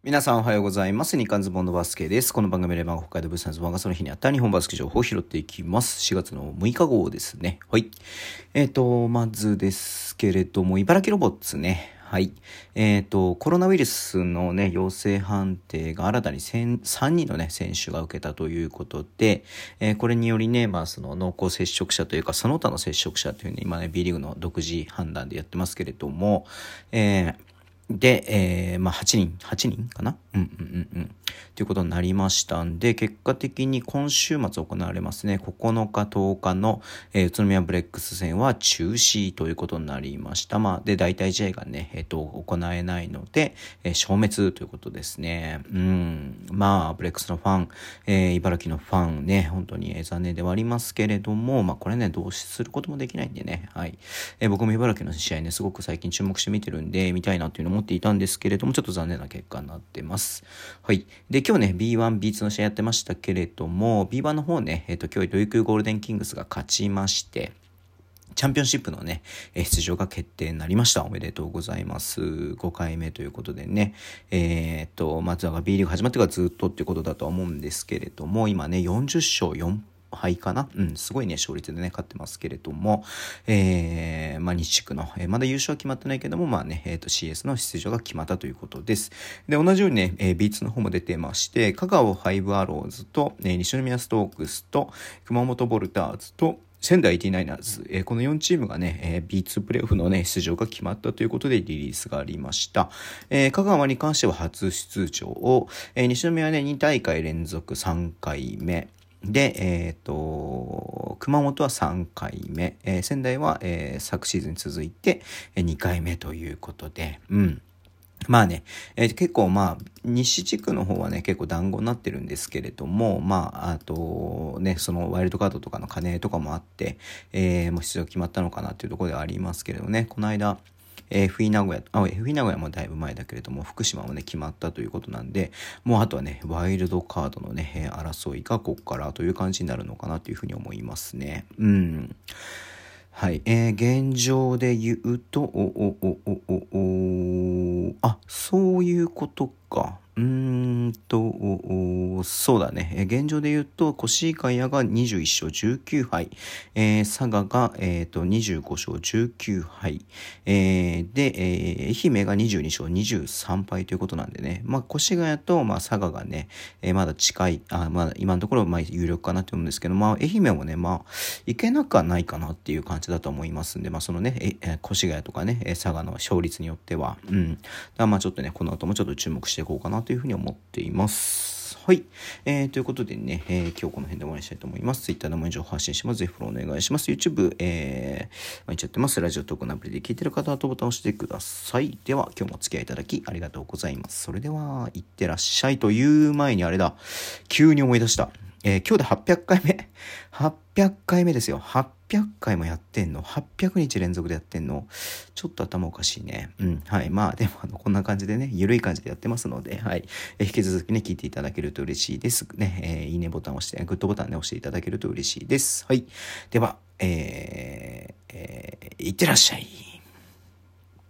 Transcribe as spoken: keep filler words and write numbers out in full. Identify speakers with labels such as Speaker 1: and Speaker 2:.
Speaker 1: 皆さんおはようございます。日刊ズボンのバスケです。この番組では北海道物産ズボンがその日にあった日本バスケ情報を拾っていきます。しがつのむいか号ですね。はい。えっ、ー、と、まずですけれども、茨城ロボッツね。はい。えっ、ー、と、コロナウイルスのね、陽性判定が新たにさんにんのね、選手が受けたということで、えー、これによりね、まあ、その濃厚接触者というか、その他の接触者というね、今ね、B リーグの独自判断でやってますけれども、えーで、えー、まあ、はちにん、はちにんかなうんうんうんうん。ということになりましたんで、結果的に今週末行われますね、ここのか、とおかの、えー、宇都宮ブレックス戦は中止ということになりました。まあ、で、代替試合がね、えっと、行えないので、えー、消滅ということですね。うん。まあ、ブレックスのファン、えー、茨城のファンね、本当に残念ではありますけれども、まあ、これね、どうすることもできないんでね、はい。えー、僕も茨城の試合ね、すごく最近注目して見てるんで、見たいなっていうのを思っていたんですけれども、ちょっと残念な結果になってます。はい。で、今日ね、ビーワン、ビーツー の試合やってましたけれども、ビーワン の方ね、えっと、今日、琉球ゴールデンキングスが勝ちまして、チャンピオンシップのね、出場が決定になりました。おめでとうございます。ごかいめということでね、えー、っと、まずは B リーグ始まってからずっとっていうことだとは思うんですけれども、今ね、よんじゅっしょうよんはい、かなうん、すごいね、勝率でね、勝ってますけれども、えー、まあ、西地区の、えー、まだ優勝は決まってないけども、まあね、えっ、ー、と、シーエス の出場が決まったということです。で、同じようにね、えー、ビーツー の方も出てまして、香川ファイブアローズと、えー、西宮ストークスと、熊本ボルターズと、仙台 エイティナイナーズ、えー、このよんチームがね、えー、ビーツー プレーオフのね、出場が決まったということでリリースがありました。えー、香川に関しては初出場を、えー、西宮はね、にだいかい連続さんかいめ、で、えっ、ー、と、熊本はさんかいめ、えー、仙台は、えー、昨シーズンに続いてにかいめということで、うん。まあね、えー、結構まあ、西地区の方はね、結構団子になってるんですけれども、まあ、あとね、そのワイルドカードとかの兼ねとかもあって、えー、もう出場決まったのかなっていうところではありますけれどね、この間、エフイー 名古屋、あ、エフイー 名古屋もだいぶ前だけれども、福島もね、決まったということなんで、もうあとはね、ワイルドカードのね、争いがここからという感じになるのかなというふうに思いますね。うん。はい。えー、現状で言うと、お、お、お、お、お、お、あ、そういうことか。うーんと、そうだね。えー、現状で言うと、越谷がにじゅういっしょうじゅうきゅうはい、えー、佐賀が、えー、とにじゅうごしょうじゅうきゅうはい、えー、で、えー、愛媛がにじゅうにしょうにじゅうさんはいということなんでね、まあ、越谷と、まあ、佐賀がね、えー、まだ近い、あ、まあ、今のところ、まあ、有力かなと思うんですけど、まあ、愛媛もね、まあ、いけなくはないかなっていう感じだと思いますんで、まあ、そのね、え、越谷とかね、佐賀の勝率によっては、うん。だからまあ、ちょっとね、この後もちょっと注目していこうかなというふうに思っています。はい。えー、ということでね、えー、今日この辺で終わりにしたいと思います。Twitter でも情報発信します。ぜひフォローお願いします。YouTube、えー、毎日やってます。ラジオトークのアプリで聞いてる方はボタンを押してください。では、今日もお付き合いいただきありがとうございます。それでは、いってらっしゃいという前にあれだ、急に思い出した。えー、今日ではっぴゃっかいめ。はっぴゃっかいめですよ。はっぴゃっかいもやってんの。はっぴゃくにち連続でやってんの。ちょっと頭おかしいね。うん。はい。まあ、でも、あの、こんな感じでね、ゆるい感じでやってますので、はい。えー、引き続きね、聞いていただけると嬉しいです。ね、えー、いいねボタンを押して、グッドボタンね、押していただけると嬉しいです。はい。では、えー、えー、いってらっしゃい。